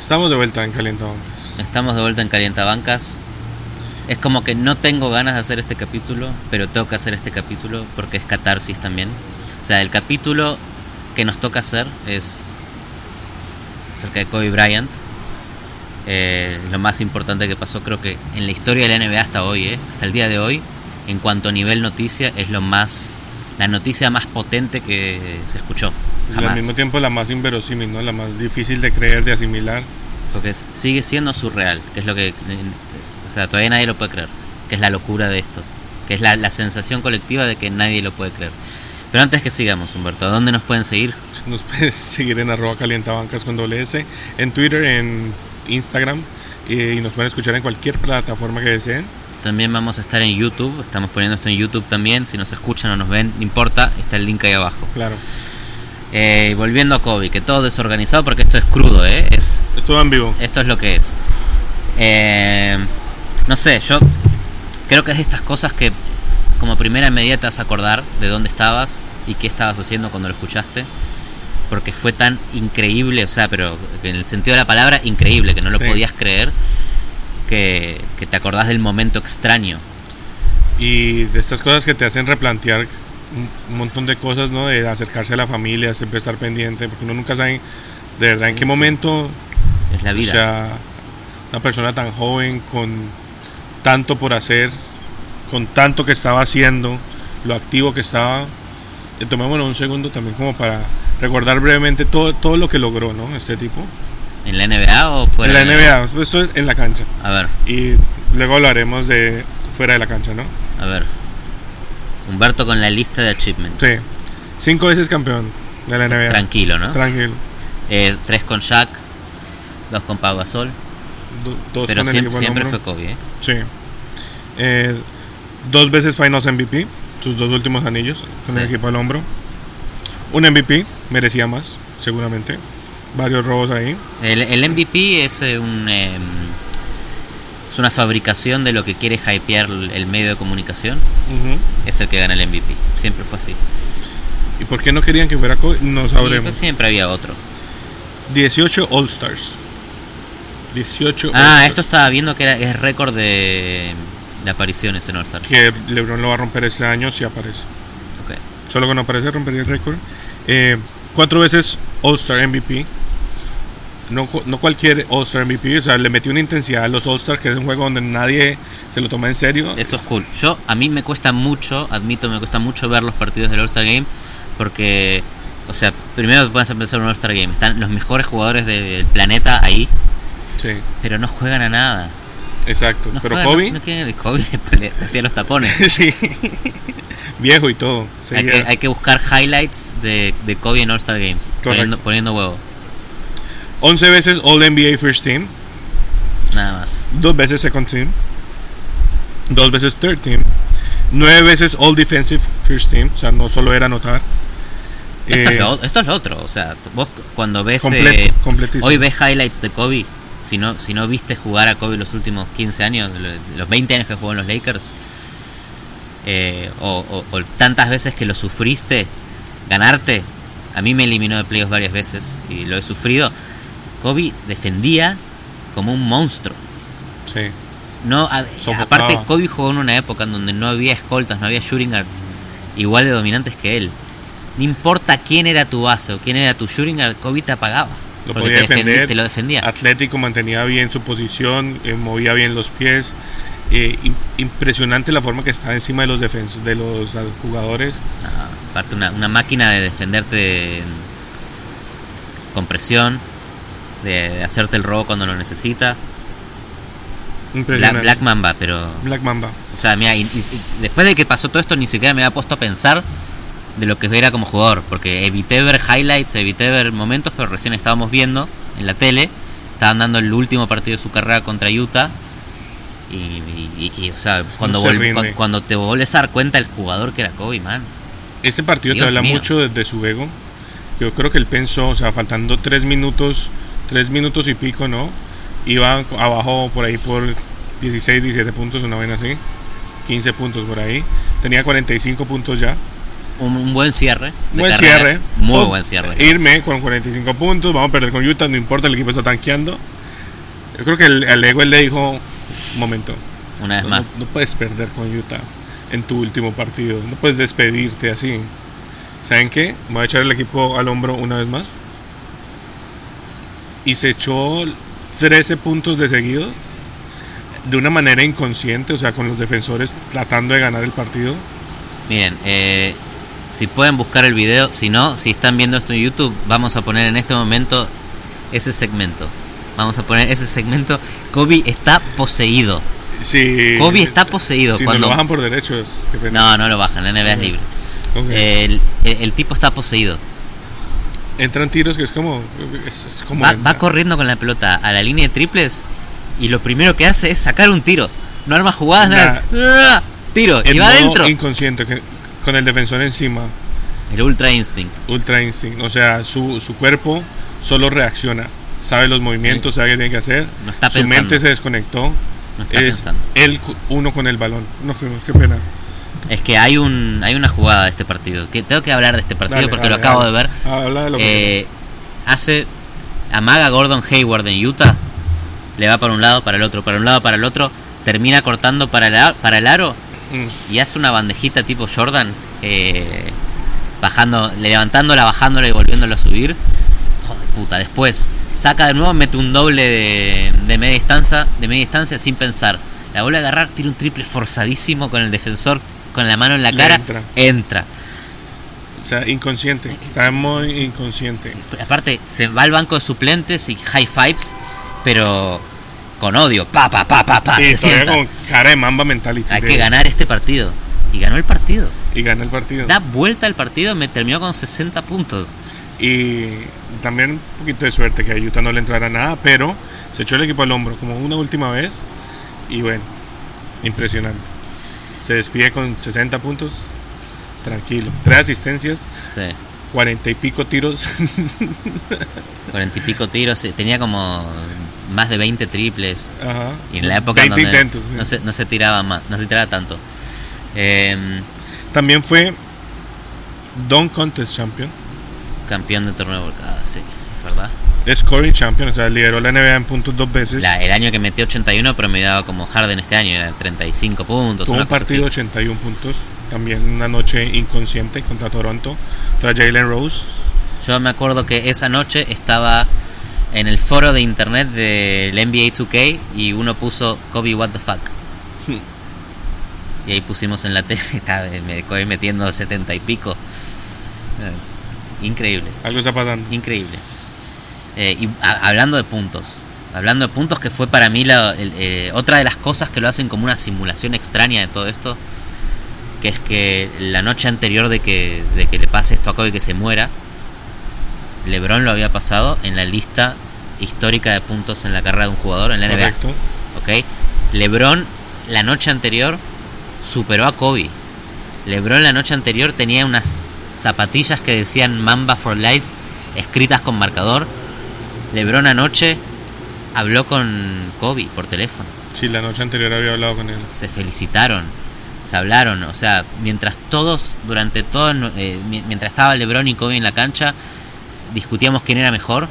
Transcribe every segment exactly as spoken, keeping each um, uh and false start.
Estamos de vuelta en Calientabancas. Estamos de vuelta en Calientabancas. Es como que no tengo ganas de hacer este capítulo, pero tengo que hacer este capítulo porque es catarsis también. O sea, el capítulo que nos toca hacer es acerca de Kobe Bryant. Eh, lo más importante que pasó, creo que en la historia de la N B A hasta hoy, eh, hasta el día de hoy, en cuanto a nivel noticia, es lo más, la noticia más potente que se escuchó. Y al mismo tiempo la más inverosímil, ¿no? La más difícil de creer, de asimilar. Porque es, sigue siendo surreal, que es lo que, o sea, todavía nadie lo puede creer, que es la locura de esto, que es la, la sensación colectiva de que nadie lo puede creer. Pero antes que sigamos, Humberto, ¿a dónde nos pueden seguir? Nos puedes seguir en arroba calientabancas con doble S, en Twitter, en Instagram, eh, y nos pueden escuchar en cualquier plataforma que deseen. También vamos a estar en YouTube, estamos poniendo esto en YouTube también, si nos escuchan o nos ven, no importa, está el link ahí abajo. Claro. Eh, volviendo a Kobe, que todo desorganizado porque esto es crudo, ¿eh? Es, es todo en vivo. Esto es lo que es. Eh, no sé, yo creo que es de estas cosas que como primera medida te vas a acordar de dónde estabas y qué estabas haciendo cuando lo escuchaste, porque fue tan increíble, o sea, pero en el sentido de la palabra, increíble, que no lo sí. podías creer, que, que te acordás del momento extraño. Y de estas cosas que te hacen replantear un montón de cosas, ¿no? De acercarse a la familia, siempre estar pendiente, porque uno nunca sabe de verdad en qué sí. momento es la vida. O sea, una persona tan joven, con tanto por hacer, con tanto que estaba haciendo, lo activo que estaba. Eh, tomémonos un segundo también como para recordar brevemente todo, todo lo que logró, ¿no? Este tipo. ¿En la N B A o fuera? En la N B A, esto es en la cancha. A ver. Y luego hablaremos de fuera de la cancha, ¿no? A ver. Humberto con la lista de achievements. Sí. Cinco veces campeón de la N B A. Tranquilo, ¿no? Tranquilo. Eh, tres con Shaq, dos con Pau Gasol. Do, dos pero con siempre, el siempre fue Kobe, ¿eh? Sí. Eh, dos veces Finals M V P, sus dos últimos anillos con sí. el equipo al hombro. Un M V P, merecía más, seguramente. Varios robos ahí. El, el M V P es eh, un... Eh, es una fabricación de lo que quiere hypear el medio de comunicación. Uh-huh. Es el que gana el M V P. Siempre fue así. ¿Y por qué no querían que fuera Kobe? No sabremos. Pues siempre había otro. dieciocho All-Stars. dieciocho Ah, All-Stars. Esto estaba viendo que era, es récord de, de apariciones en All-Star. Que LeBron lo va a romper este año si aparece. Okay. Solo que no aparece rompería el récord. Eh, cuatro veces All-Star M V P. No, no cualquier All-Star M V P, o sea, le metió una intensidad a los All-Stars, que es un juego donde nadie se lo toma en serio. Eso es cool. Yo, a mí me cuesta mucho, admito, me cuesta mucho ver los partidos del All-Star Game, porque, o sea, primero puedes empezar un All-Star Game, están los mejores jugadores del planeta ahí, sí. pero no juegan a nada. Exacto, no pero juegan, Kobe... No, no, Kobe le hacía los tapones. Sí, viejo y todo. Hay que, hay que buscar highlights de, de Kobe en All-Star Games, poniendo, poniendo huevo. once veces All N B A First Team. Nada más. Dos veces Second Team. Dos veces Third Team. Nueve veces All Defensive First Team. O sea, no solo era anotar. Esto, eh, es, lo, esto es lo otro. O sea, vos cuando ves... Completo, eh, hoy ves highlights de Kobe. Si no, si no viste jugar a Kobe los últimos quince años, los veinte años que jugó en los Lakers, eh, o, o, o tantas veces que lo sufriste, ganarte. A mí me eliminó de playoffs varias veces y lo he sufrido. Kobe defendía como un monstruo. Sí. No, a, aparte Kobe jugó en una época en donde no había escoltas, no había shooting guards igual de dominantes que él. No importa quién era tu base o quién era tu shooting guard, Kobe te apagaba. Lo podía te defender, te lo defendía. Atlético, mantenía bien su posición, eh, movía bien los pies. Eh, impresionante la forma que estaba encima de los defens- de los jugadores. Ah, aparte una, una máquina de defenderte de, con presión, de, de hacerte el robo cuando lo necesita. Black, Black Mamba, pero Black Mamba. O sea, mira, y, y, después de que pasó todo esto ni siquiera me había puesto a pensar de lo que era como jugador, porque evité ver highlights, evité ver momentos, pero recién estábamos viendo en la tele, estaban dando el último partido de su carrera contra Utah. Y, y, y, y o sea, cuando, no vol- cuando, cuando te vuelves a dar cuenta el jugador que era Kobe, man. Ese partido Dios te habla mío. mucho de, de su ego. Yo creo que él pensó, o sea, faltando tres minutos, tres minutos y pico, ¿no? Iba abajo por ahí por dieciséis, diecisiete puntos, una vaina así. quince puntos por ahí. Tenía cuarenta y cinco puntos ya. Un, un buen cierre. Un buen carrera. cierre. Muy o, buen cierre. Irme con cuarenta y cinco puntos, vamos a perder con Utah, no importa, el equipo está tanqueando. Yo creo que el, el ego él le dijo, un momento, Una vez no, más. no, no puedes perder con Utah en tu último partido, no puedes despedirte así. ¿Saben qué? Voy a echar el equipo al hombro una vez más. Y se echó trece puntos de seguido de una manera inconsciente, o sea, con los defensores tratando de ganar el partido. Miren, eh, si pueden buscar el video, si no, si están viendo esto en YouTube, vamos a poner en este momento ese segmento. Vamos a poner ese segmento. Kobe está poseído. Sí, Kobe está poseído. Si cuando... no lo bajan por derechos. No, no lo bajan, la N B A es libre. Okay. El, el, el tipo está poseído. Entran tiros que es como... Es, es como va, va corriendo con la pelota a la línea de triples y lo primero que hace es sacar un tiro. No arma jugadas, nada. nada. Tiro, el y va adentro. Inconsciente, que, con el defensor encima. El Ultra Instinct. Ultra Instinct. O sea, su, su cuerpo solo reacciona. Sabe los movimientos, sabe qué tiene que hacer. No está su pensando. mente se desconectó. No está es pensando. Él uno con el balón. No, qué pena. Es que hay un hay una jugada de este partido. Que tengo que hablar de este partido dale, porque dale, lo acabo dale. de ver. Habla de lo que eh, hace amaga Gordon Hayward en Utah. Le va para un lado, para el otro, para un lado, para el otro. Termina cortando para el, para el aro. Mm. Y hace una bandejita tipo Jordan. Eh, bajando, levantándola, bajándola y volviéndola a subir. Joder puta. Después saca de nuevo, mete un doble de, de media distancia, de media distancia sin pensar. La vuelve a agarrar, tira un triple forzadísimo con el defensor con la mano en la cara. Entra. entra. O sea, inconsciente. Está muy inconsciente. Aparte, se va al banco de suplentes y high fives, pero con odio. Pa, pa, pa, pa, pa. Sí, se sienta. Con cara de Mamba mentality. Hay de... que ganar este partido. Y ganó el partido. Y gana el partido. Da vuelta al partido, me terminó con sesenta puntos. Y también un poquito de suerte que a Utah no le entrara nada, pero se echó el equipo al hombro como una última vez. Y bueno, impresionante. Se despide con sesenta puntos. Tranquilo. Tres asistencias. Sí. Cuarenta y pico tiros. Cuarenta y pico tiros. Tenía como más de veinte triples. Ajá. Y en la época veinte donde intentos, no, se, no se tiraba más, no se tiraba tanto. Eh, También fue Dunk Contest Champion. Campeón de torneo volcada, sí, ¿verdad? Scoring Champion, o sea, lideró la N B A en puntos dos veces. La, el año que metió ochenta y uno promediaba como Harden este año, era treinta y cinco puntos. Tuvo una un cosa partido así. ochenta y uno puntos. También una noche inconsciente contra Toronto, contra Jalen Rose. Yo me acuerdo que esa noche estaba en el foro de internet del N B A dos K y uno puso Kobe what the fuck. Hmm. Y ahí pusimos en la tele, estaba me Kobe metiendo setenta y pico. Increíble. Algo está pasando. Increíble. Eh, y a, hablando de puntos, hablando de puntos que fue para mí la, el, eh, otra de las cosas que lo hacen como una simulación extraña de todo esto, que es que la noche anterior de que, de que le pase esto a Kobe, que se muera, LeBron lo había pasado en la lista histórica de puntos en la carrera de un jugador en la Correcto. N B A. ¿Okay? LeBron la noche anterior superó a Kobe. LeBron la noche anterior tenía unas zapatillas que decían Mamba for Life escritas con marcador. LeBron anoche habló con Kobe por teléfono. Sí, la noche anterior había hablado con él. Se felicitaron, se hablaron. O sea, mientras todos, durante todo, eh, mientras estaba LeBron y Kobe en la cancha, discutíamos quién era mejor.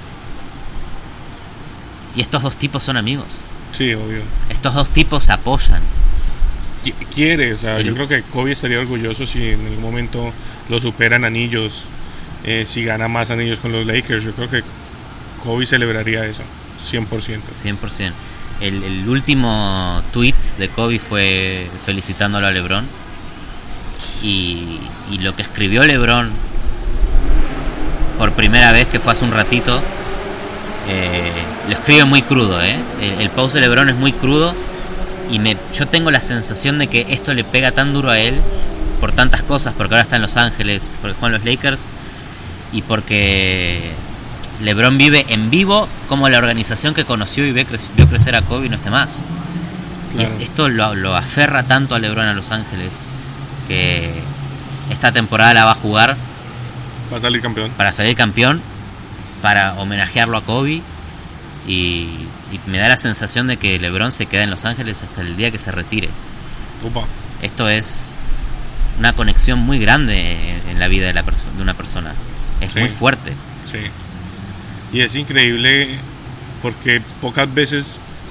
Y estos dos tipos son amigos. Sí, obvio. Estos dos tipos se apoyan. Quiere, o sea, el... yo creo que Kobe estaría orgulloso si en algún momento lo superan anillos, eh, si gana más anillos con los Lakers. Yo creo que Kobe celebraría eso, cien por ciento. cien por ciento. El, el último tweet de Kobe fue felicitándolo a LeBron. Y, y lo que escribió LeBron por primera vez, que fue hace un ratito, eh, lo escribe muy crudo, ¿eh? El, el post de LeBron es muy crudo. Y me, yo tengo la sensación de que esto le pega tan duro a él por tantas cosas, porque ahora está en Los Ángeles, porque juegan los Lakers, y porque LeBron vive en vivo como la organización que conoció y vio, cre- vio crecer a Kobe no esté más. Claro. Y esto lo, lo aferra tanto a LeBron a Los Ángeles, que esta temporada la va a jugar va a salir campeón, para salir campeón, para homenajearlo a Kobe. Y, y me da la sensación de que LeBron se queda en Los Ángeles hasta el día que se retire. Upa. Esto es una conexión muy grande en, en la vida de, la perso- de una persona. Es sí. muy fuerte. Sí. Y es increíble porque pocas veces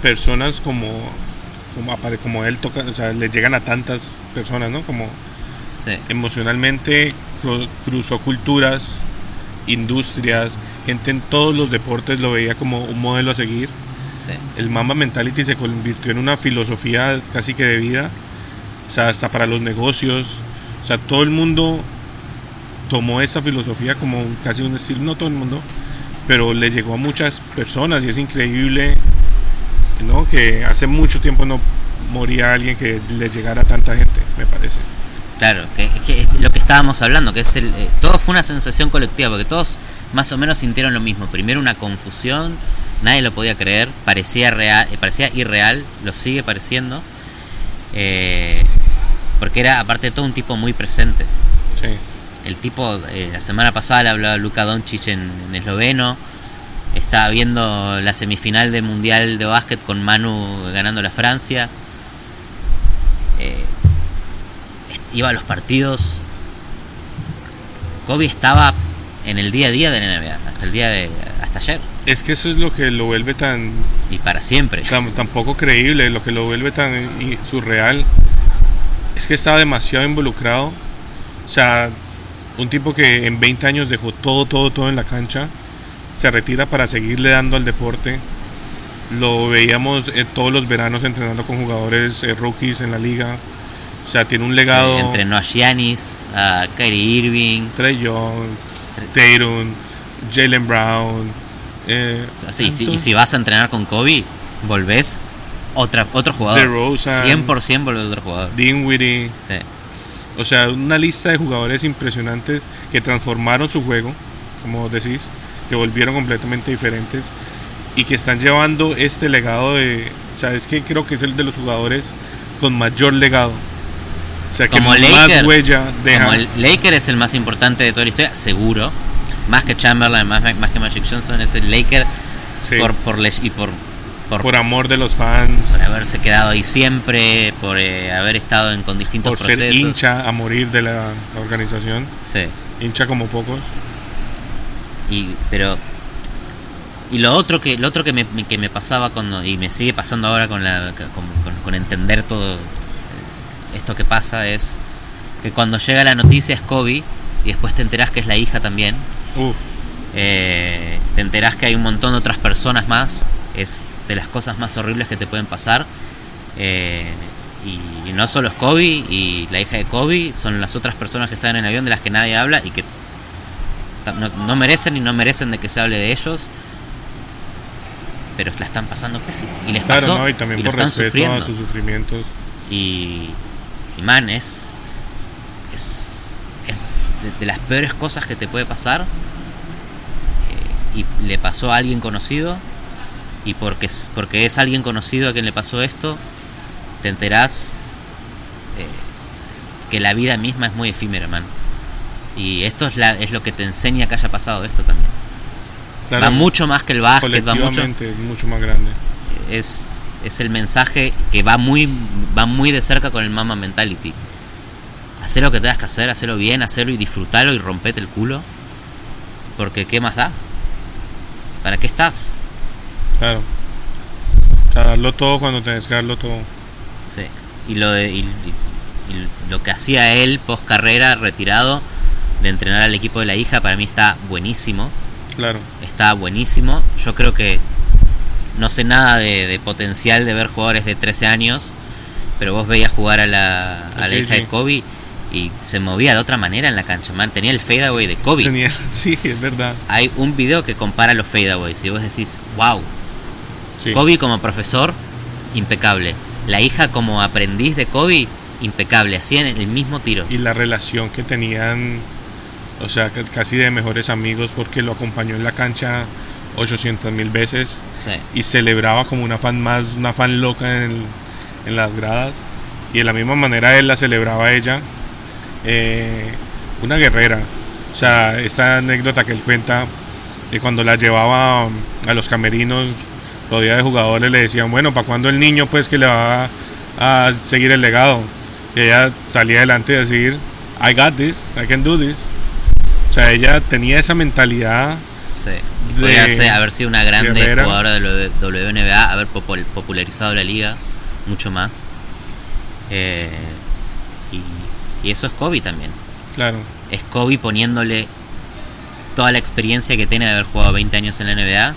personas como como, apare- como él toca, o sea, le llegan a tantas personas, ¿no? Como Sí. emocionalmente cru- cruzó culturas, industrias, gente en todos los deportes lo veía como un modelo a seguir. Sí. El Mamba Mentality se convirtió en una filosofía casi que de vida, o sea, hasta para los negocios, o sea, todo el mundo tomó esa filosofía como un- casi un estilo, no todo el mundo, pero le llegó a muchas personas y es increíble, ¿no? Que hace mucho tiempo no moría alguien que le llegara a tanta gente, me parece. Claro, que, que es lo que estábamos hablando, que es el, eh, todo fue una sensación colectiva, porque todos más o menos sintieron lo mismo. Primero una confusión, nadie lo podía creer, parecía real, eh, parecía irreal, lo sigue pareciendo, eh, porque era aparte de todo un tipo muy presente. Sí. El tipo, eh, la semana pasada le hablaba a Luka Doncic en, en esloveno, estaba viendo la semifinal del Mundial de Básquet con Manu ganando la Francia. Eh, iba a los partidos. Kobe estaba en el día a día de la N B A, hasta el día de hasta ayer, Es que eso es lo que lo vuelve tan, y para siempre. tan, tan poco creíble, lo que lo vuelve tan i- surreal. Es que estaba demasiado involucrado. O sea, un tipo que en veinte años dejó todo, todo, todo en la cancha, se retira para seguirle dando al deporte. Lo veíamos eh, todos los veranos entrenando con jugadores eh, rookies en la liga. O sea, tiene un legado. Sí, entrenó a Giannis, a Kyrie Irving. Trae Young, Tatum, Jaylen Brown. Eh, Sí, sí, y si vas a entrenar con Kobe, volvés otra, otro jugador. DeRozan, cien por ciento volvés otro jugador. Dinwiddie. Sí. O sea, una lista de jugadores impresionantes que transformaron su juego, como decís, que volvieron completamente diferentes y que están llevando este legado de... O sea, es que creo que es el de los jugadores con mayor legado. O sea, que Como más Laker, huella deja. Como el Laker es el más importante de toda la historia, seguro. Más que Chamberlain, más, más que Magic Johnson, es el Laker Sí, por, por le- y por, por, por amor de los fans, por haberse quedado ahí siempre, por eh, haber estado en, con distintos por procesos. ser hincha a morir de la, la organización. Sí. Hincha como pocos. Y, pero y lo otro que lo otro que me, que me pasaba cuando y me sigue pasando ahora con la con, con, con entender todo esto que pasa es que cuando llega la noticia es Kobe y después te enterás que es la hija también. Uf, Eh, te enterás que hay un montón de otras personas más. Es de las cosas más horribles que te pueden pasar. Eh, y, y no solo es Kobe y la hija de Kobe, son las otras personas que están en el avión de las que nadie habla y que ta- no, no merecen y no merecen de que se hable de ellos, pero la están pasando pésimo. Y les claro, pasó ¿no? Y también y lo por están respeto sufriendo. a sus sufrimientos. Y, y man, es, es, es de, de las peores cosas que te puede pasar. Eh, y le pasó a alguien conocido. Y porque es, porque es alguien conocido a quien le pasó esto, te enterás eh, que la vida misma es muy efímera, man. Y esto es, la, es lo que te enseña que haya pasado esto también. Claro, Va mucho más que el básquet, va mucho. colectivamente es mucho más grande. Es, es el mensaje que va muy va muy de cerca con el Mamba Mentality. Hacer lo que tengas que hacer, hacerlo bien, hacerlo y disfrutarlo y rompete el culo. Porque ¿qué más da? ¿Para qué estás? Claro. O sea, darlo todo cuando tenés que darlo todo. Sí. Y lo de, y, y- y lo que hacía él post carrera retirado de entrenar al equipo de la hija para mí está buenísimo. Claro. Está buenísimo. Yo creo que no sé nada de, de potencial de ver jugadores de trece años, pero vos veías jugar a la, a la Sí, hija sí. de Kobe y se movía de otra manera en la cancha, man. Tenía el fadeaway de Kobe. Tenía, sí, es verdad. Hay un video que compara los fadeaways y vos decís, wow, Sí. Kobe como profesor, impecable. La hija como aprendiz de Kobe, impecable. Hacían el mismo tiro. Y la relación que tenían, o sea, que casi de mejores amigos porque lo acompañó en la cancha ochocientas mil veces Sí. y celebraba como una fan más, una fan loca en, en las gradas. Y de la misma manera él la celebraba a ella. Eh, una guerrera. O sea, esta anécdota que él cuenta de cuando la llevaba a los camerinos rodeada de jugadores, le decían, bueno, ¿para cuándo el niño pues que le va a, a seguir el legado? Y ella salía adelante y decir, I got this, I can do this. O sea, ella tenía esa mentalidad Sí. Podría ser, haber sido una grande Guerrera. jugadora de la W N B A, haber popul- popularizado la liga mucho más. Eh, y, y eso es Kobe también. Claro. Es Kobe poniéndole toda la experiencia que tiene de haber jugado veinte años en la N B A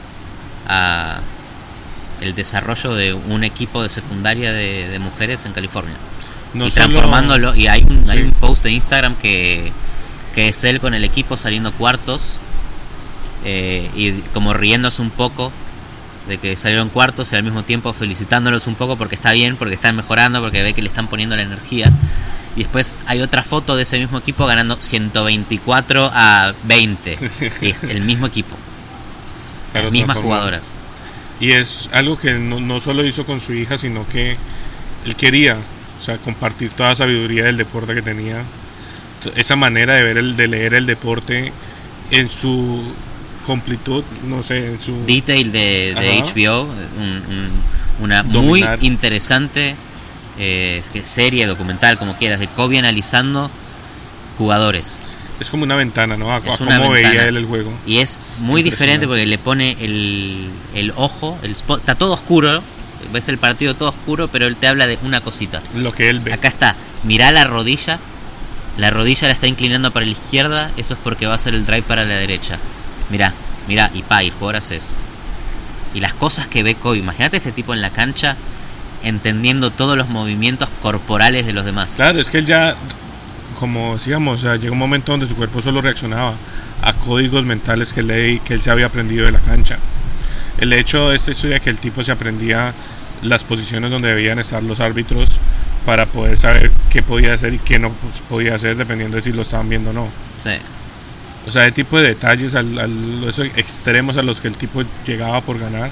a el desarrollo de un equipo de secundaria de, de mujeres en California. No y solo- transformándolo. Y hay un, hay Sí. un post de Instagram que, que es él con el equipo saliendo cuartos. Eh, y como riéndose un poco de que salieron cuartos y al mismo tiempo felicitándolos un poco porque está bien, porque están mejorando, porque ve que le están poniendo la energía. Y después hay otra foto de ese mismo equipo ganando ciento veinticuatro a veinte. Y es el mismo equipo, Claro, las mismas transformó. jugadoras. Y es algo que no, no solo hizo con su hija, sino que él quería, o sea, compartir toda la sabiduría del deporte que tenía, t- esa manera de ver el, de leer el deporte en su completud, no sé, en su Detail de, de Ajá. H B O, un- un- una Dominar. muy interesante eh, que serie documental, como quieras, de Kobe analizando jugadores. es como una ventana, ¿no? A, a Es una cómo ventana. veía él el juego. Y es muy Impresionante. diferente porque le pone el, el ojo, el spot, está todo oscuro, ves el partido todo oscuro, pero él te habla de una cosita. Lo que él ve. Acá está, mirá la rodilla, la rodilla la está inclinando para la izquierda, eso es porque va a ser el drive para la derecha. Mirá, mirá, y pa, y el jugador hace eso. Y las cosas que ve Kobe, imagínate este tipo en la cancha entendiendo todos los movimientos corporales de los demás. Claro, es que él ya, como decíamos, o sea, llegó un momento donde su cuerpo solo reaccionaba a códigos mentales que, le, que él se había aprendido de la cancha. El hecho de esta historia que el tipo se aprendía las posiciones donde debían estar los árbitros para poder saber qué podía hacer y qué no pues, podía hacer dependiendo de si lo estaban viendo o no. Sí. O sea, el tipo de detalles, al, al- esos extremos a los que el tipo llegaba por ganar,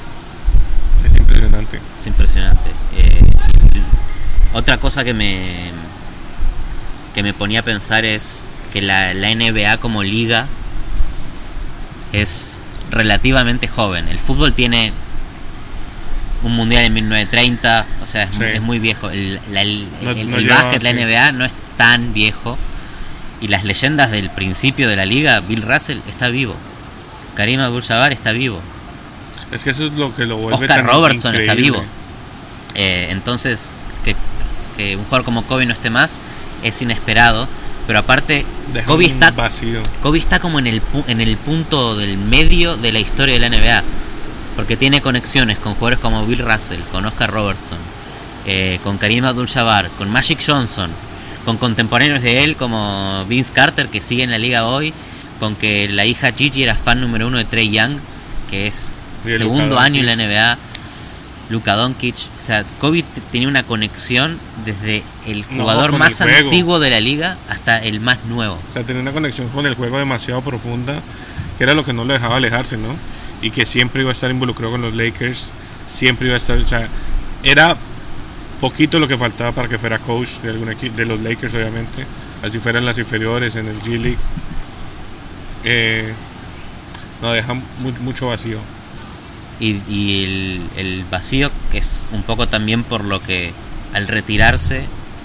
es impresionante. Es impresionante. Eh, y otra cosa que me que me ponía a pensar es que la, la N B A como liga es relativamente joven. El fútbol tiene un mundial en mil novecientos treinta, o sea, es, Sí. muy, es muy viejo. El, la- el, No- el- no el lleva, básquet, la sí. N B A, no es tan viejo. Y las leyendas del principio de la liga, Bill Russell está vivo, Kareem Abdul-Jabbar está vivo, Es que eso es lo que lo vuelve Oscar tan Robertson está increíble. vivo. Eh, entonces, que, que un jugador como Kobe no esté más es inesperado. Pero aparte, Deja Kobe un está, vacío. Kobe está como en el, pu- en el punto del medio de la historia de la N B A. Porque tiene conexiones con jugadores como Bill Russell, con Oscar Robertson, eh, con Kareem Abdul-Jabbar, con Magic Johnson, con contemporáneos de él como Vince Carter, que sigue en la liga hoy, con que la hija Gigi era fan número uno de Trae Young, que es Y de segundo Luka año en la Doncic. N B A. Luka Doncic, o sea, Kobe t- tenía una conexión desde el No, jugador con más el juego. antiguo de la liga hasta el más nuevo. O sea, tenía una conexión con el juego demasiado profunda, que era lo que no lo dejaba alejarse, ¿no? Y que siempre iba a estar involucrado con los Lakers, siempre iba a estar, o sea, era poquito lo que faltaba para que fuera coach de algún equipo, de los Lakers obviamente, así fueran las inferiores en el G League. Eh, no, deja mu- mucho vacío. Y, y el, el vacío, que es un poco también por lo que al retirarse,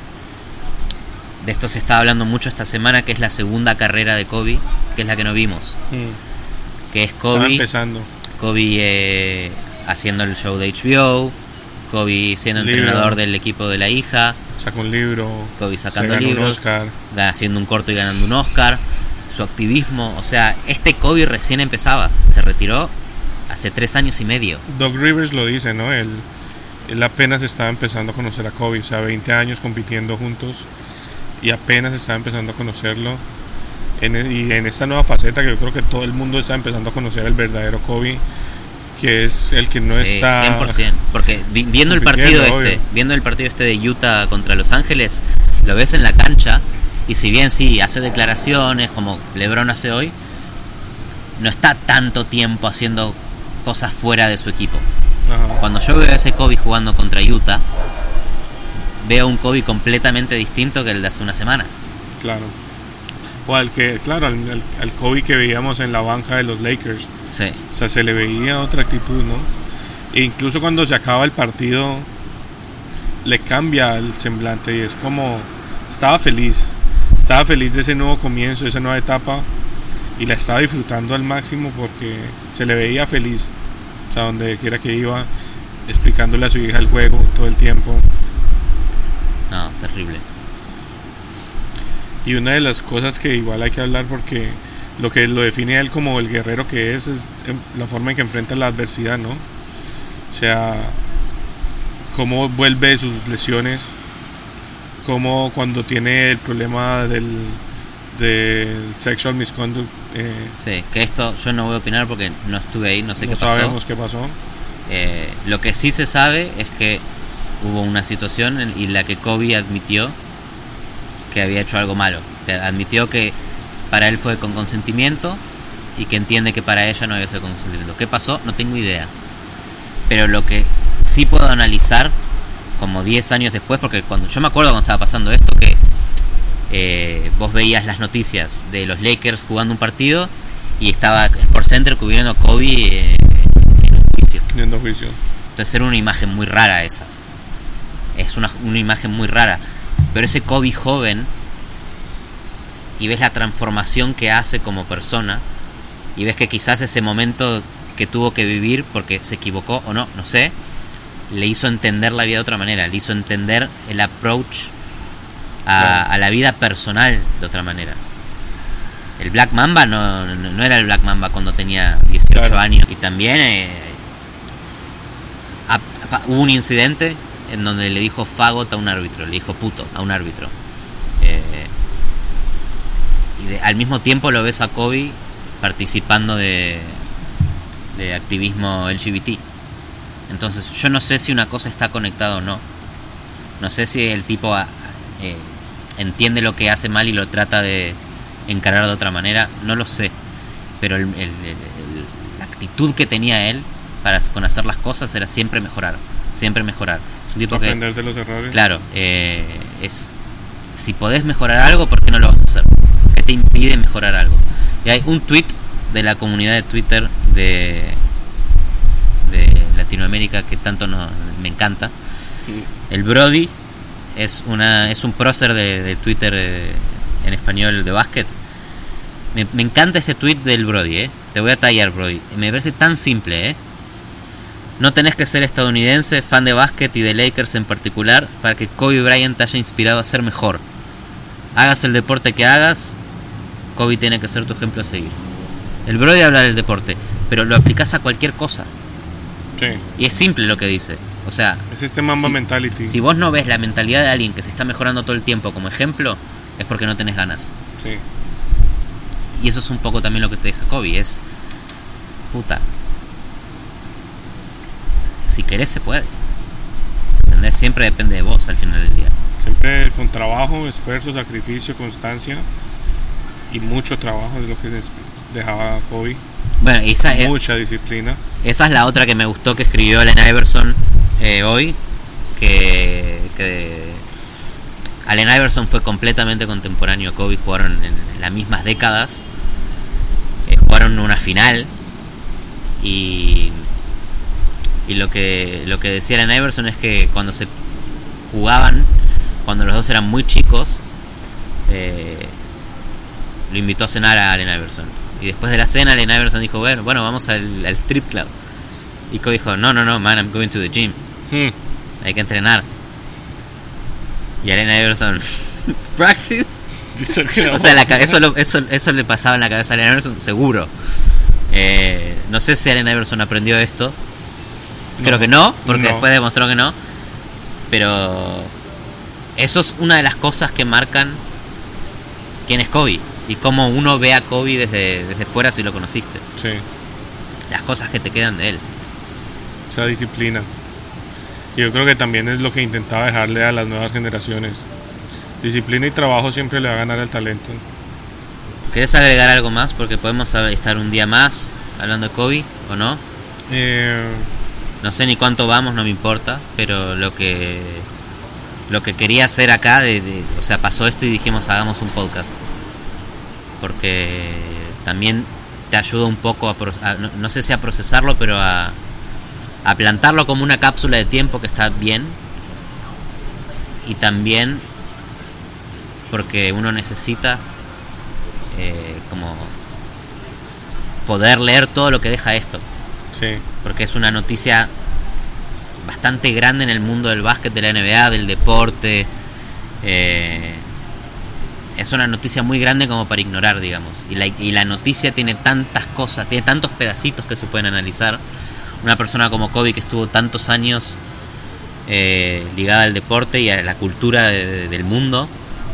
de esto se está hablando mucho esta semana, que es la segunda carrera de Kobe, que es la que no vimos, Mm. que es Estaba Kobe, empezando. Kobe eh, haciendo el show de H B O, Kobe siendo Libro. entrenador del equipo de la hija, Sacó un libro, Kobe se sacando ganó un libros, Oscar. haciendo un corto y ganando un Oscar, su activismo, o sea, este Kobe recién empezaba, se retiró hace tres años y medio. Doc Rivers lo dice, ¿no? Él, él apenas estaba empezando a conocer a Kobe, o sea, veinte años compitiendo juntos y apenas estaba empezando a conocerlo. En, e- y en esta nueva faceta que yo creo que todo el mundo está empezando a conocer el verdadero Kobe, que es el que no Sí, está... cien por ciento. Porque vi- viendo el partido compitiendo, este, obvio. viendo el partido este de Utah contra Los Ángeles, lo ves en la cancha y si bien sí hace declaraciones como LeBron hace hoy, no está tanto tiempo haciendo cosas fuera de su equipo. Ajá. Cuando yo veo a ese Kobe jugando contra Utah, veo un Kobe completamente distinto que el de hace una semana. Claro. O al que, claro, al, al- al Kobe que veíamos en la banca de los Lakers. Sí, O sea, se le veía otra actitud, ¿no? E incluso cuando se acaba el partido, le cambia el semblante y es como... Estaba feliz. Estaba feliz de ese nuevo comienzo, de esa nueva etapa. y la estaba disfrutando al máximo porque se le veía feliz, o sea, donde quiera que iba, explicándole a su hija el juego todo el tiempo. No, terrible. Y una de las cosas que igual hay que hablar, porque lo que lo define a él como el guerrero que es, es la forma en que enfrenta la adversidad, ¿no? O sea, cómo vuelve de sus lesiones, cómo cuando tiene el problema del, del sexual misconduct. Eh, sí, que esto yo no voy a opinar porque no estuve ahí, no sé no qué pasó. No sabemos qué pasó. Eh, lo que sí se sabe es que hubo una situación en, en la que Kobe admitió que había hecho algo malo, que admitió que para él fue con consentimiento y que entiende que para ella no había sido con consentimiento. ¿Qué pasó? No tengo idea. Pero lo que sí puedo analizar, como diez años después, porque cuando yo me acuerdo cuando estaba pasando esto, que eh, vos veías las noticias de los Lakers jugando un partido y estaba Sports Center cubriendo a Kobe eh, en un juicio. En un juicio. Entonces era una imagen muy rara esa. Es una, una imagen muy rara. Pero ese Kobe joven, y ves la transformación que hace como persona, y ves que quizás ese momento que tuvo que vivir porque se equivocó o no, no sé, le hizo entender la vida de otra manera, le hizo entender el approach a, claro. a la vida personal de otra manera. El Black Mamba no, no, no era el Black Mamba cuando tenía dieciocho claro. años. Y también eh, a, a, hubo un incidente en donde le dijo fagot a un árbitro, le dijo puto a un árbitro. Eh, y de, al mismo tiempo lo ves a Kobe participando de, de activismo L G B T. Entonces yo no sé si una cosa está conectada o no. No sé si el tipo eh, entiende lo que hace mal y lo trata de encarar de otra manera. No lo sé. Pero el, el, el, el, la actitud que tenía él para con hacer las cosas era siempre mejorar. Siempre mejorar. Es un tipo que, aprender de los errores. Claro, eh, es si podés mejorar algo, ¿por qué no lo vas a hacer? ¿Qué te impide mejorar algo? Y hay un tweet de la comunidad de Twitter de, de Latinoamérica que tanto no, me encanta. El Brody es una es un prócer de, de Twitter eh, en español de básquet. Me, me encanta este tweet del Brody, eh. Te voy a tallar, Brody. Me parece tan simple, eh. No tenés que ser estadounidense, fan de básquet y de Lakers en particular, para que Kobe Bryant te haya inspirado a ser mejor. Hagas el deporte que hagas, Kobe tiene que ser tu ejemplo a seguir. El Brody habla del deporte, pero lo aplicás a cualquier cosa. Sí. Y es simple lo que dice. O sea, es este Mamba si, mentality. Si vos no ves la mentalidad de alguien que se está mejorando todo el tiempo como ejemplo, es porque no tenés ganas. Sí. Y eso es un poco también lo que te deja Kobe, es puta. Si querés se puede. ¿Entendés? Siempre depende de vos al final del día. Siempre con trabajo, esfuerzo, sacrificio, constancia y mucho trabajo es lo que dejaba Kobe. Bueno, esa mucha es, disciplina. Esa es la otra que me gustó que escribió Allen Iverson eh, hoy, que, que Allen Iverson fue completamente contemporáneo a Kobe, jugaron en, en las mismas décadas, eh, jugaron una final y y lo que lo que decía Allen Iverson es que cuando se jugaban, cuando los dos eran muy chicos, eh, lo invitó a cenar a Allen Iverson. Y después de la cena, Allen Iverson dijo, bueno, bueno vamos al, al strip club. Y Kobe dijo, no, no, no, man, I'm going to the gym. Hmm. Hay que entrenar. Y Allen Iverson, practice. O sea, la, eso, lo, eso, eso le pasaba en la cabeza a Allen Iverson, seguro. Eh, no sé si Allen Iverson aprendió esto. Creo no, que no, porque no. Después demostró que no. Pero eso es una de las cosas que marcan quién es Kobe y cómo uno ve a Kobe desde, desde fuera si lo conociste. Sí. Las cosas que te quedan de él. Esa disciplina. Y yo creo que también es lo que intentaba dejarle a las nuevas generaciones. Disciplina y trabajo siempre le va a ganar al talento. ¿Querés agregar algo más? Porque podemos estar un día más hablando de Kobe, ¿o no? Eh... No sé ni cuánto vamos, no me importa, pero lo que lo que quería hacer acá, de, de, o sea, pasó esto y dijimos hagamos un podcast. Porque también te ayuda un poco a, a no, no sé si a procesarlo, pero a, a plantarlo como una cápsula de tiempo que está bien. Y también porque uno necesita eh, como poder leer todo lo que deja esto. Sí. Porque es una noticia bastante grande en el mundo del básquet, de la N B A, del deporte. Eh, es una noticia muy grande como para ignorar, digamos. Y la, y la noticia tiene tantas cosas, tiene tantos pedacitos que se pueden analizar. Una persona como Kobe, que estuvo tantos años eh, ligada al deporte y a la cultura de, de, del mundo,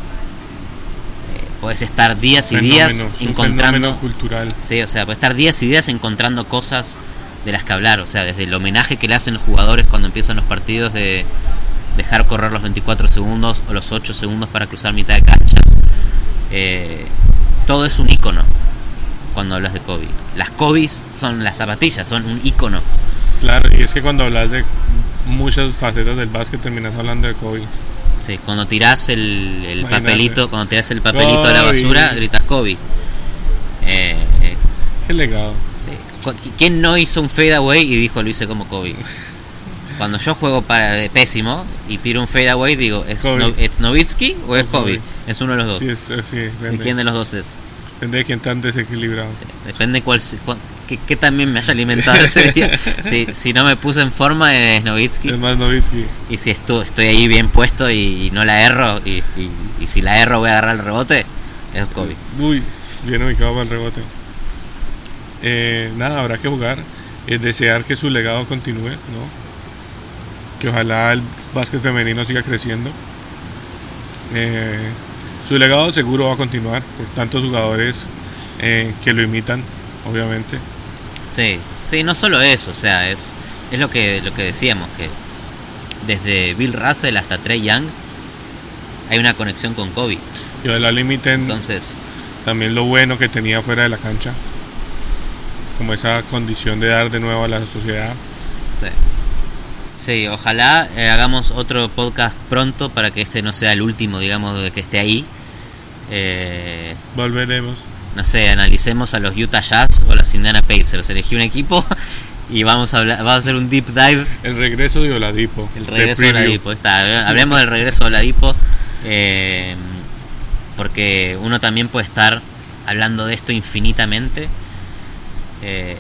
eh, puedes estar días y fenómeno, días un encontrando cultural. Sí, o sea, puedes estar días y días encontrando cosas de las que hablar. O sea, desde el homenaje que le hacen los jugadores cuando empiezan los partidos, de dejar correr los veinticuatro segundos o los ocho segundos para cruzar mitad de cancha. Eh, todo es un ícono cuando hablas de Kobe. Las Kobe's son las zapatillas, son un ícono. Claro, y es que cuando hablas de muchas facetas del básquet terminas hablando de Kobe. Sí, cuando tirás el, el Imagínate. papelito, cuando tirás el papelito a la Kobe. basura, gritas Kobe. Eh, eh, Qué legado. sí. ¿Quién no hizo un fadeaway y dijo lo hice como Kobe? Cuando yo juego para de pésimo y tiro un fadeaway, digo, ¿es, Kobe. no, ¿es Nowitzki o es Kobe? Kobe. Es uno de los dos. Sí, es, sí, ¿Y depende, quién de los dos es? depende de quién tan desequilibrado. Sí, depende cuál, cuál que, que también me haya alimentado ese día. Si, si no me puse en forma es Nowitzki. Es más Nowitzki. Y si estu, estoy ahí bien puesto y, y no la erro, y, y, y si la erro voy a agarrar el rebote, es Kobe. Uy, bien ubicado para el rebote. Eh, nada, habrá que jugar. Es desear que su legado continúe, ¿no? Que ojalá el básquet femenino siga creciendo. Eh, su legado seguro va a continuar por tantos jugadores eh, que lo imitan, obviamente. Sí, sí, no solo eso, o sea, es, es lo que lo que decíamos, que desde Bill Russell hasta Trae Young hay una conexión con Kobe. Y ojalá limiten Entonces, también lo bueno que tenía fuera de la cancha, como esa condición de dar de nuevo a la sociedad. sí. Sí, ojalá eh, hagamos otro podcast pronto para que este no sea el último, digamos, de que esté ahí. Eh, Volveremos. no sé, analicemos a los Utah Jazz o los Indiana Pacers. Elegí un equipo y vamos a hablar, vamos a hacer un deep dive. El regreso de Oladipo. El regreso de Oladipo. Está, hablemos del regreso de Oladipo, eh, porque uno también puede estar hablando de esto infinitamente. Eh,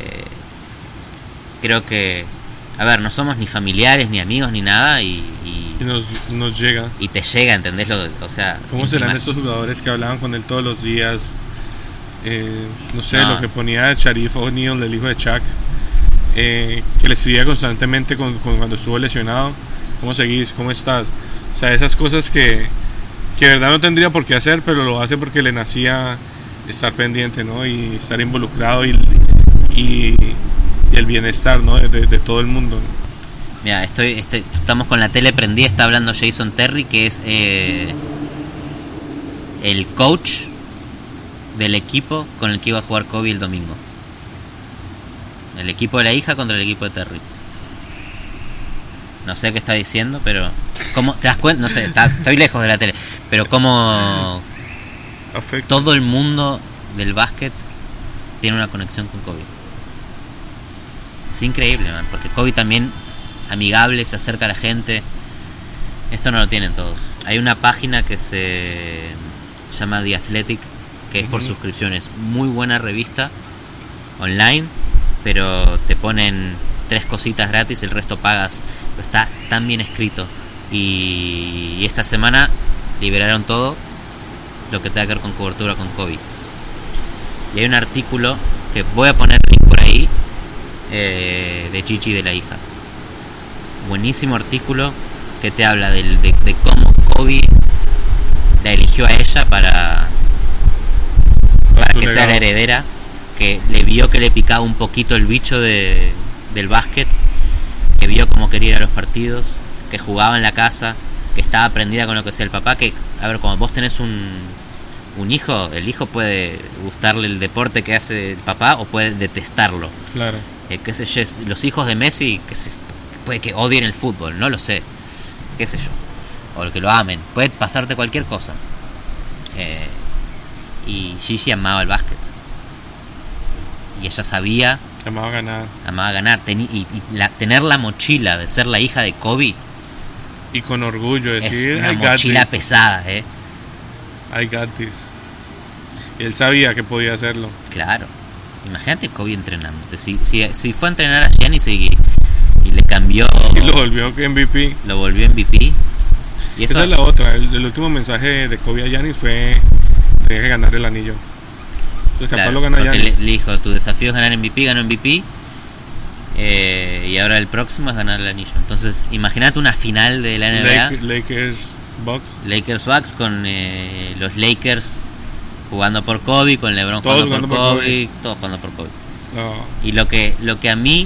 creo que, a ver, no somos ni familiares, ni amigos, ni nada, y, y, Y nos, nos llega. y te llega, ¿entendés? Lo, o sea, ¿Cómo serán imag- estos jugadores que hablaban con él todos los días? Eh, no sé, No. lo que ponía Sharif O'Neal, el hijo de Chuck, eh, que le escribía constantemente con, con cuando estuvo lesionado. ¿Cómo seguís? ¿Cómo estás? O sea, esas cosas que, que de verdad no tendría por qué hacer, pero lo hace porque le nacía estar pendiente, ¿no? Y estar involucrado y, y, y el bienestar, ¿no? de, de, de todo el mundo, ¿no? Mira, estoy, estoy, estamos con la tele prendida, está hablando Jason Terry, que es eh, el coach del equipo con el que iba a jugar Kobe el domingo. El equipo de la hija contra el equipo de Terry. No sé qué está diciendo, pero ¿cómo te das cuenta? No sé, está, estoy lejos de la tele, pero como Afecta. todo el mundo del básquet tiene una conexión con Kobe. Es increíble, man, porque Kobe también amigable, se acerca a la gente. Esto no lo tienen todos. Hay una página que se llama The Athletic, que es por Ujú. suscripciones. Muy buena revista online, pero te ponen tres cositas gratis, el resto pagas. Pero está tan bien escrito. Y, y esta semana liberaron todo lo que tenga que ver con cobertura con Kobe. Y hay un artículo que voy a poner link por ahí, eh, de Gigi, de la hija. Buenísimo artículo que te habla del, de, de cómo Kobe la eligió a ella para, para su que sea legado. la heredera, que le vio que le picaba un poquito el bicho de, del básquet, que vio cómo quería ir a los partidos, que jugaba en la casa, que estaba prendida con lo que hacía el papá. Que, a ver, cuando vos tenés un, un hijo, el hijo puede gustarle el deporte que hace el papá o puede detestarlo. Claro. Eh, qué sé yo, los hijos de Messi, que se, puede que odien el fútbol, no lo sé, qué sé yo, o que lo amen, puede pasarte cualquier cosa. Eh, y Gigi amaba el básquet y ella sabía, Que amaba ganar. amaba ganar, teni- y, y la, tener la mochila de ser la hija de Kobe Y con orgullo decir, es una I got mochila this, pesada, eh. I got this. Y él sabía que podía hacerlo. Claro. Imagínate Kobe entrenándote. Si, si, si fue a entrenar a Giannis y, y le cambió. Y lo volvió M V P. Lo volvió M V P. Y eso, esa es la otra. El, el último mensaje de Kobe a Giannis fue: tenía que ganar el anillo. Entonces, capaz claro, lo gana porque Giannis. Le, le dijo: tu desafío es ganar M V P, ganó M V P. Eh, y ahora el próximo es ganar el anillo. Entonces, imagínate una final de la N B A: Lake, Lakers Bucks. Lakers Bucks con eh, los Lakers jugando por Kobe, con LeBron Todos jugando por jugando por Kobe, todos jugando por Kobe. No. Y lo que, lo que a mí,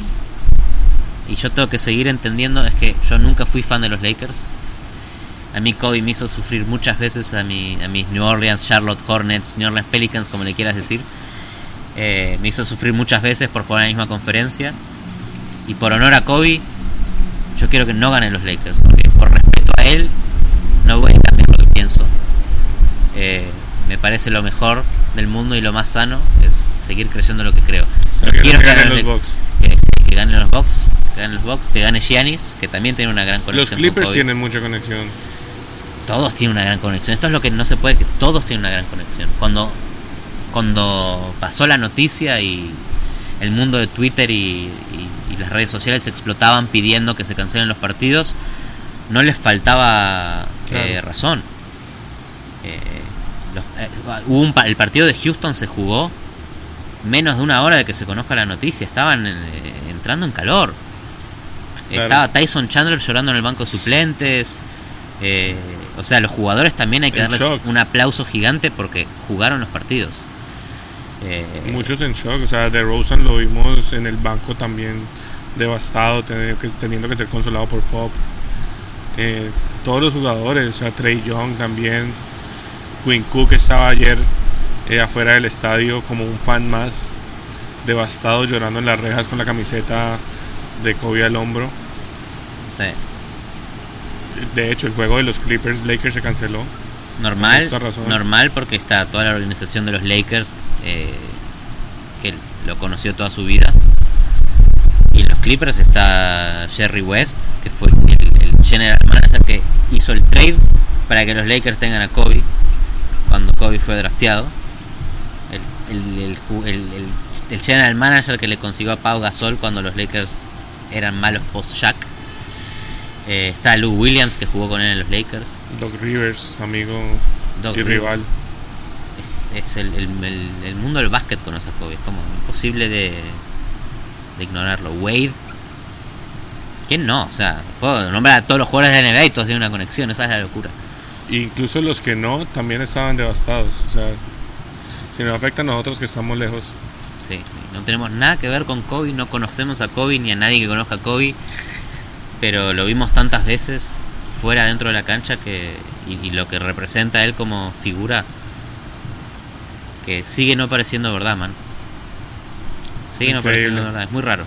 y yo tengo que seguir entendiendo, es que yo nunca fui fan de los Lakers. A mí Kobe me hizo sufrir muchas veces a, mi, a mis New Orleans, Charlotte Hornets, New Orleans Pelicans, como le quieras decir. Eh, me hizo sufrir muchas veces por jugar en la misma conferencia. Y por honor a Kobe, yo quiero que no ganen los Lakers, porque por respeto a él, no voy a cambiar lo que pienso. Eh, me parece lo mejor del mundo y lo más sano es seguir creyendo lo que creo. O sea, No que quiero que que ganen ganen los Bucks. que, sí, que ganen los Bucks, que ganen los Bucks, que gane Giannis, que también tiene una gran Los conexión con Clippers Kobe. tienen mucha conexión. Todos tienen una gran conexión. Esto es lo que no se puede, que todos tienen una gran conexión. Cuando cuando pasó la noticia y el mundo de Twitter y, y, y las redes sociales explotaban pidiendo que se cancelen los partidos, no les faltaba claro. eh, razón. Eh, los, eh, hubo un, el partido de Houston se jugó menos de una hora de que se conozca la noticia. Estaban eh, entrando en calor. Claro. Estaba Tyson Chandler llorando en el banco de suplentes. Eh, o sea, los jugadores también hay que en darles shock. un aplauso gigante porque jugaron los partidos. Eh, Muchos en shock. O sea, DeRozan lo vimos en el banco también devastado, teniendo que, teniendo que ser consolado por Pop. Eh, todos los jugadores, o sea, Trae Young también. Quinn Cook estaba ayer eh, afuera del estadio como un fan más, devastado, llorando en las rejas con la camiseta de Kobe al hombro. sí. De hecho, el juego de los Clippers Lakers se canceló. Normal, Por esta razón. normal porque está toda la organización de los Lakers eh, que lo conoció toda su vida. Y en los Clippers está Jerry West, que fue el, el general manager que hizo el trade para que los Lakers tengan a Kobe cuando Kobe fue drafteado. El, el, el, el, el, el general manager que le consiguió a Pau Gasol cuando los Lakers eran malos post-Shaq. Eh, está Lou Williams, que jugó con él en los Lakers. Doc Rivers, amigo Doc y Rivers. rival. Es, es el, el, el, el mundo del básquet conoce a Kobe. Es como imposible de, de ignorarlo. Wade, ¿quién no? O sea, puedo nombrar a todos los jugadores de la N B A y todos tienen una conexión. Esa es la locura. Incluso los que no también estaban devastados. O sea, si nos afecta a nosotros que estamos lejos. Sí, no tenemos nada que ver con Kobe. No conocemos a Kobe ni a nadie que conozca a Kobe. Pero lo vimos tantas veces fuera, dentro de la cancha, que y, y lo que representa él como figura, que sigue no pareciendo verdad, man. Sigue no Increíble. pareciendo verdad, es muy raro.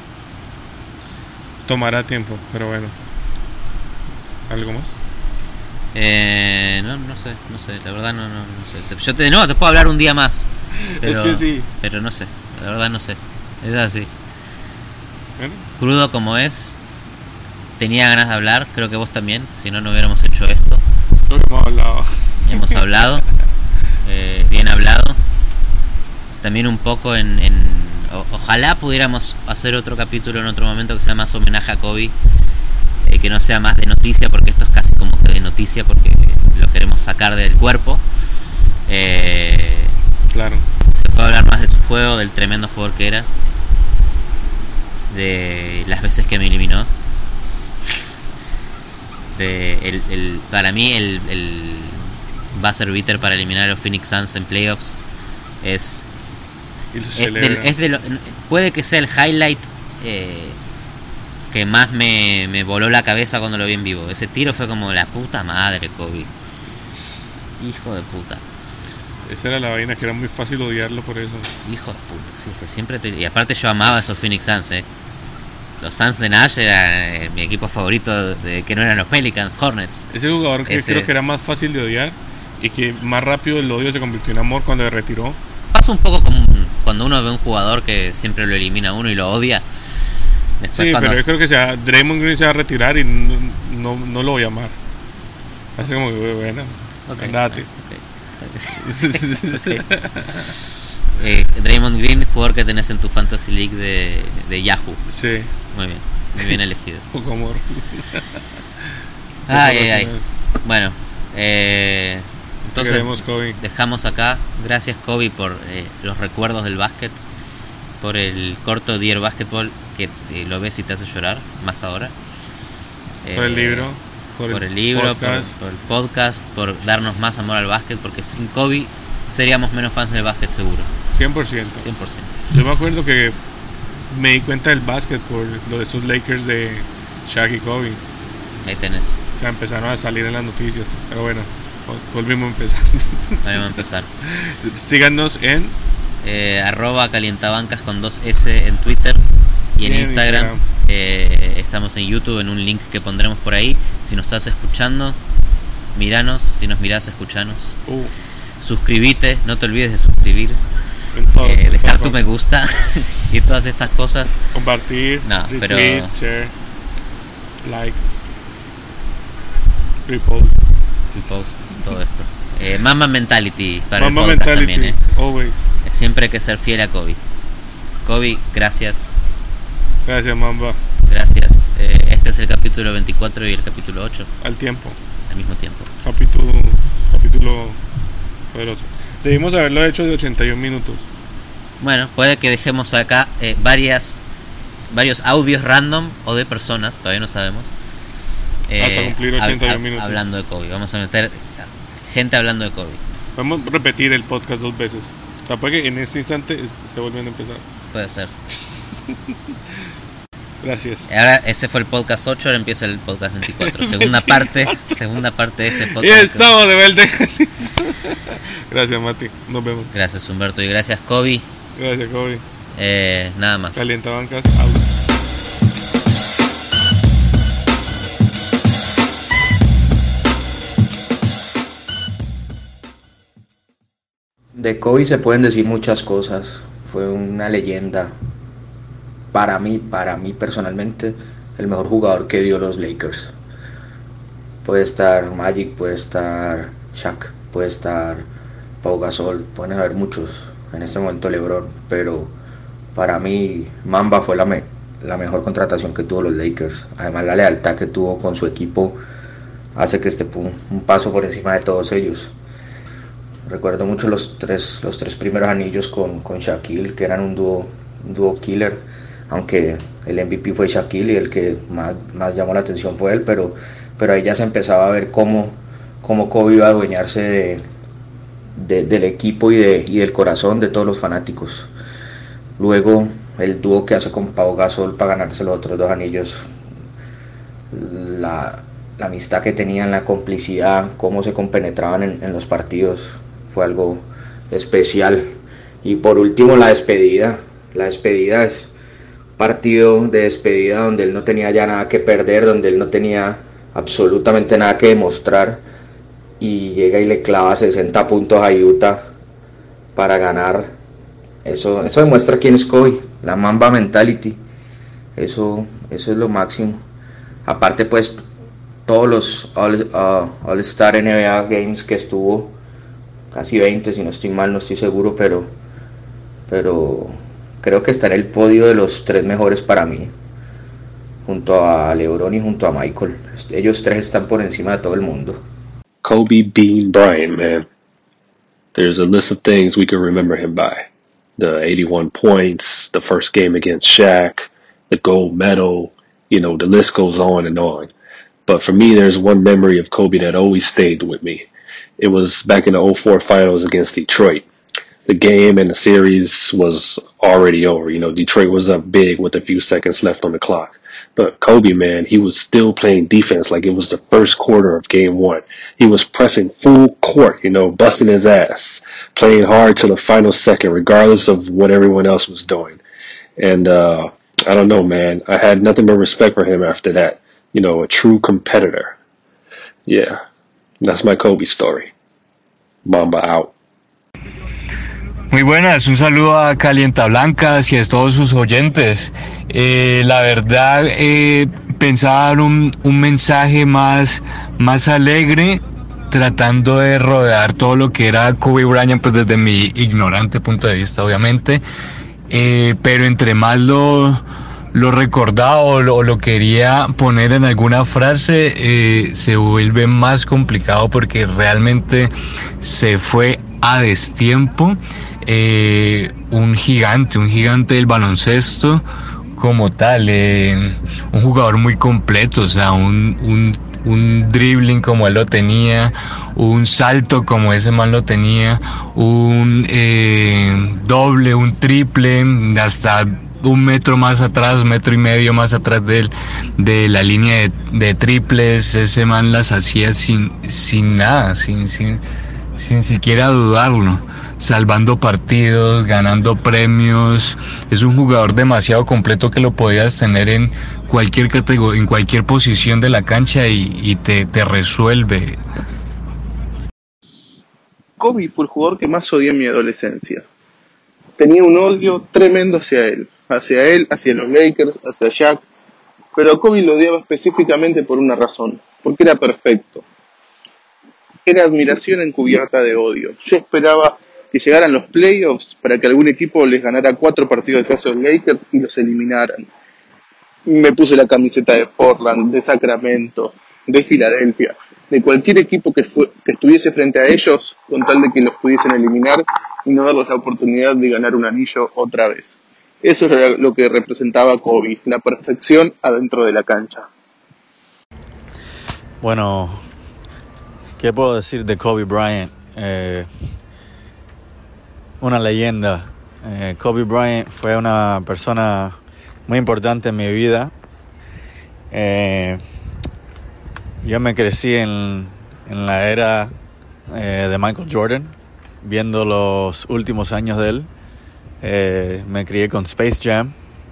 Tomará tiempo, pero bueno. ¿Algo más? Eh, no, no sé, no sé, la verdad no, no, no sé. Yo te, no, te puedo hablar un día más. Pero, Es que sí. Pero no sé, la verdad no sé. Es así. Bueno, Crudo como es, tenía ganas de hablar, creo que vos también, si no, no hubiéramos hecho esto. lo que hemos hablado. Hemos hablado, eh, bien hablado. También un poco en... en o, ojalá pudiéramos hacer otro capítulo en otro momento que sea más homenaje a Kobe, eh, que no sea más de noticia, porque esto es casi como que de noticia, porque lo queremos sacar del cuerpo. Eh, Claro. se puede hablar más de su juego, del tremendo jugador que era, de las veces que me eliminó. De el, el, para mí el, el buzzer beater para eliminar a los Phoenix Suns en playoffs es Y lo es celebra. de, es de lo, puede que sea el highlight eh, que más me, me voló la cabeza cuando lo vi en vivo. Ese tiro fue como la puta madre, Kobe, hijo de puta, Esa era la vaina, que era muy fácil odiarlo por eso. hijo de puta. Sí, es que siempre te, y aparte yo amaba a esos Phoenix Suns, eh. Los Suns de Nash eran eh, mi equipo favorito, de que no eran los Pelicans, Hornets. Ese jugador que Ese- creo que era más fácil de odiar y que más rápido el odio se convirtió en amor cuando se retiró. Pasa un poco como cuando uno ve un jugador que siempre lo elimina a uno y lo odia. Después Sí, cuando pero yo creo que sea, Draymond Green se va a retirar y no, no, no lo voy a amar. Así como que, bueno, Ok, andate. ok. Ok. Eh, Draymond Green, jugador que tenés en tu Fantasy League de, de Yahoo. Sí. Muy bien, muy bien elegido. Poco amor. Ay, ay, ay. Bueno, eh, entonces queremos, Kobe. Dejamos acá. Gracias, Kobe, por eh, los recuerdos del básquet, por el corto Dear Basketball que eh, lo ves y te hace llorar, más ahora. Por el Eh, libro. Por, por el, el libro, por, podcast. por el podcast, por darnos más amor al básquet, porque sin Kobe seríamos menos fans del básquet seguro. cien por ciento. cien por ciento. Yo me acuerdo que me di cuenta del básquet por lo de esos Lakers de Shaq y Kobe. Ahí tenés. O sea, empezaron a salir en las noticias. Pero bueno, volvimos a empezar. Vamos a empezar. Síganos en Eh, arroba calientabancas con dos S en Twitter y en y en Instagram. Instagram. Eh, estamos en YouTube en un link que pondremos por ahí. Si nos estás escuchando, míranos. Si nos mirás, escuchanos. Uh, Suscríbete, no te olvides de suscribir, en todos, eh, en dejar todos. tu me gusta y todas estas cosas. Compartir, No, retweet, pero- share, like, repost. Repost, todo esto. Eh, Mamba Mentality para Mamba el podcast mentality, también. Eh. always. Siempre hay que ser fiel a Kobe. Kobe, gracias. Gracias, Mamba. Gracias. Eh, este es el capítulo veinticuatro y el capítulo ocho Al tiempo. al mismo tiempo. Capítulo, capítulo poderoso. Debimos haberlo hecho de ochenta y un minutos. Bueno, puede que dejemos acá eh, varias varios audios random o de personas, todavía no sabemos. Eh, Hasta cumplir ochenta y un hab- minutos. Hablando de Kobe. Vamos a meter gente hablando de Kobe. Podemos repetir el podcast dos veces. O sea, puede que en este instante esté volviendo a empezar. Puede ser. Gracias. Ahora ese fue el podcast ocho, ahora empieza el podcast veinticuatro. Segunda parte, segunda parte de este Y podcast. estamos de vuelta. Gracias, Mati. Nos vemos. Gracias, Humberto, y gracias, Kobe. Gracias, Kobe. Eh, nada más. Calientabancas, out. De Kobe se pueden decir muchas cosas. Fue una leyenda. Para mí, para mí personalmente, el mejor jugador que dio los Lakers. Puede estar Magic, puede estar Shaq, puede estar Pau Gasol, pueden haber muchos. En este momento LeBron, pero para mí Mamba fue la, me la mejor contratación que tuvo los Lakers. Además la lealtad que tuvo con su equipo hace que esté un, un paso por encima de todos ellos. Recuerdo mucho los tres, los tres primeros anillos con, con Shaquille, que eran un dúo, un dúo killer, aunque el M V P fue Shaquille y el que más, más llamó la atención fue él, pero, pero ahí ya se empezaba a ver cómo, cómo Kobe iba a adueñarse de, de, del equipo y, de, y del corazón de todos los fanáticos. Luego el dúo que hace con Pau Gasol para ganarse los otros dos anillos, la, la amistad que tenían, la complicidad, cómo se compenetraban en, en los partidos, fue algo especial. Y por último la despedida, la despedida es partido de despedida donde él no tenía ya nada que perder, donde él no tenía absolutamente nada que demostrar, y llega y le clava sesenta puntos a Utah para ganar. Eso, eso demuestra quién es Kobe, la Mamba Mentality. Eso, eso es lo máximo. Aparte, pues, todos los All, uh, All Star N B A Games que estuvo, casi veinte, si no estoy mal, no estoy seguro, pero, pero creo que está en el podio de los tres mejores para mí, junto a LeBron y junto a Michael. Ellos tres están por encima de todo el mundo. Kobe Bean Bryant, man. There's a list of things we can remember him by. The eighty-one points, the first game against Shaq, the gold medal, you know, the list goes on and on. But for me, there's one memory of Kobe that always stayed with me. It was back in the oh four finals against Detroit. The game and the series was already over. You know, Detroit was up big with a few seconds left on the clock. But Kobe, man, he was still playing defense like it was the first quarter of game one. He was pressing full court, you know, busting his ass, playing hard to the final second, regardless of what everyone else was doing. And, uh, I don't know, man, I had nothing but respect for him after that. You know, a true competitor. Yeah, that's my Kobe story. Mamba out. Muy buenas, un saludo a Calientablancas y a todos sus oyentes. Eh, la verdad, eh, pensaba dar un, un mensaje más, más alegre, tratando de rodear todo lo que era Kobe Bryant, pues desde mi ignorante punto de vista, obviamente, eh, pero entre más lo, lo recordaba o lo, lo quería poner en alguna frase, eh, se vuelve más complicado porque realmente se fue a destiempo, eh, un gigante, un gigante del baloncesto como tal, eh, un jugador muy completo, o sea, un, un, un dribbling como él lo tenía, un salto como ese man lo tenía, un eh, doble, un triple, hasta un metro más atrás, metro y medio más atrás de él, de la línea de, de triples, ese man las hacía sin, sin nada, sin, sin, sin siquiera dudarlo, salvando partidos, ganando premios. Es un jugador demasiado completo que lo podías tener en cualquier categoría, en cualquier posición de la cancha y, y te, te resuelve. Kobe fue el jugador que más odié en mi adolescencia. Tenía un odio tremendo hacia él, hacia él, hacia los Lakers, hacia Shaq, pero a Kobe lo odiaba específicamente por una razón, porque era perfecto. Era admiración encubierta de odio. Yo esperaba que llegaran los playoffs para que algún equipo les ganara cuatro partidos a esos Lakers y los eliminaran. Me puse la camiseta de Portland, de Sacramento, de Filadelfia, de cualquier equipo que, fue, que estuviese frente a ellos, con tal de que los pudiesen eliminar y no darles la oportunidad de ganar un anillo otra vez. Eso era lo que representaba Kobe, la perfección adentro de la cancha. Bueno, ¿qué puedo decir de Kobe Bryant? Eh, una leyenda. Eh, Kobe Bryant fue una persona muy importante en mi vida. Eh, yo me crecí en, en la era eh, de Michael Jordan, viendo los últimos años de él. Eh, me crié con Space Jam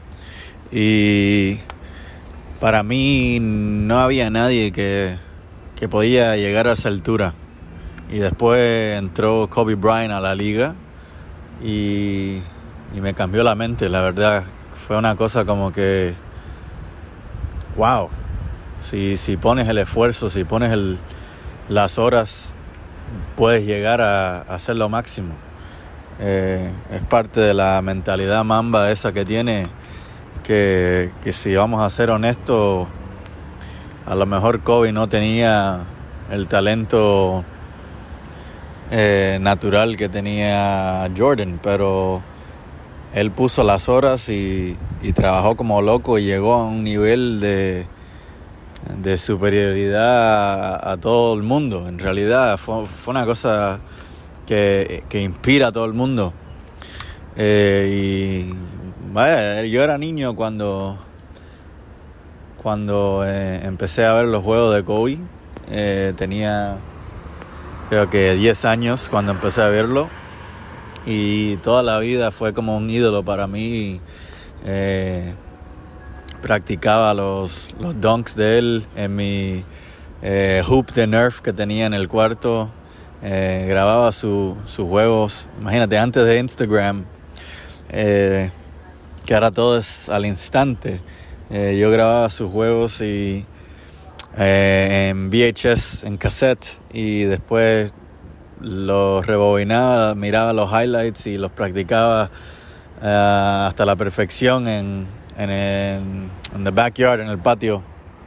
y para mí no había nadie que, que podía llegar a esa altura. Y después entró Kobe Bryant a la liga y, y me cambió la mente, la verdad. Fue una cosa como que, wow, si, si pones el esfuerzo, si pones el, las horas, puedes llegar a, a hacer lo máximo. Eh, es parte de la mentalidad mamba esa que tiene, que, que si vamos a ser honestos, a lo mejor Kobe no tenía el talento eh, natural que tenía Jordan, pero él puso las horas y, y trabajó como loco y llegó a un nivel de, de superioridad a, a todo el mundo. En realidad fue, fue una cosa que, que inspira a todo el mundo. Eh, y vaya, yo era niño cuando, cuando eh, empecé a ver los juegos de Kobe. Eh, tenía creo que diez años cuando empecé a verlo. Y toda la vida fue como un ídolo para mí. Eh, practicaba los, los dunks de él en mi eh, hoop de Nerf que tenía en el cuarto. Eh, grababa su, sus juegos. Imagínate, antes de Instagram, eh, que ahora todo es al instante. Eh, yo grababa sus juegos y eh, en V H S, en cassette, y después los rebobinaba, miraba los highlights y los practicaba uh, hasta la perfección en, en, en, en the backyard, en el patio.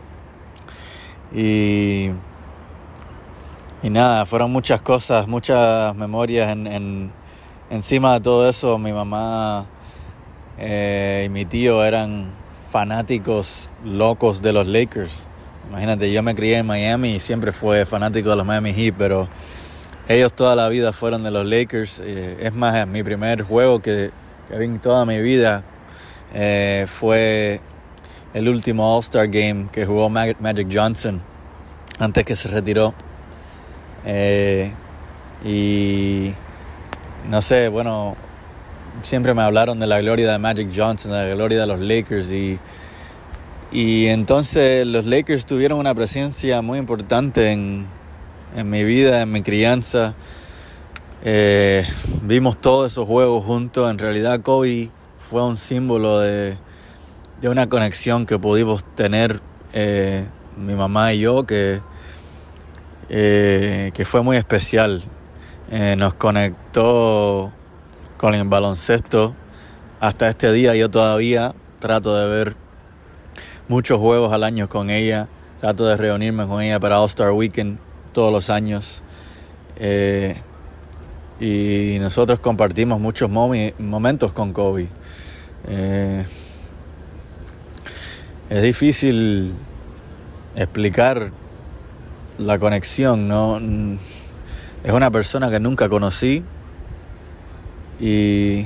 Y, y nada, fueron muchas cosas, muchas memorias. En, en, encima de todo eso, mi mamá eh, y mi tío eran fanáticos locos de los Lakers. Imagínate, yo me crié en Miami y siempre fue fanático de los Miami Heat, pero ellos toda la vida fueron de los Lakers. Eh, es más, mi primer juego que, que vi en toda mi vida eh, fue el último All-Star Game que jugó Mag- Magic Johnson antes que se retiró. Eh, y no sé, bueno, siempre me hablaron de la gloria de Magic Johnson, de la gloria de los Lakers. Y, y entonces los Lakers tuvieron una presencia muy importante en en mi vida, en mi crianza. Eh, vimos todos esos juegos juntos. En realidad Kobe fue un símbolo de, de una conexión que pudimos tener eh, mi mamá y yo, que eh, que fue muy especial. Eh, nos conectó con el baloncesto. Hasta este día yo todavía trato de ver muchos juegos al año con ella. Trato de reunirme con ella para All-Star Weekend todos los años. Eh, y nosotros compartimos muchos momi- momentos con Kobe. Eh, es difícil explicar la conexión, ¿no? Es una persona que nunca conocí y,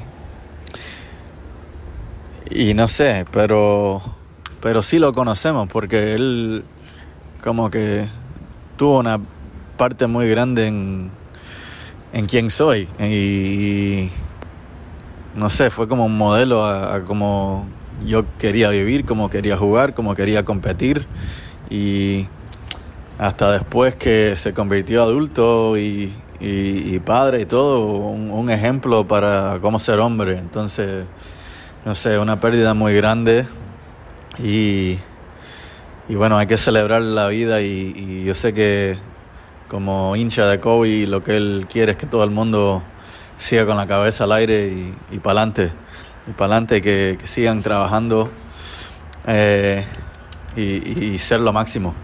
y no sé, pero, pero sí lo conocemos porque él como que tuvo una parte muy grande en, en quién soy y, y no sé, fue como un modelo a, a cómo yo quería vivir, cómo quería jugar, cómo quería competir y hasta después que se convirtió adulto y, y, y padre y todo, un, un ejemplo para cómo ser hombre. Entonces, no sé, una pérdida muy grande y, y bueno, hay que celebrar la vida y, y yo sé que como hincha de Kobe lo que él quiere es que todo el mundo siga con la cabeza al aire y, y para adelante, y para adelante, que, que sigan trabajando eh, y, y ser lo máximo.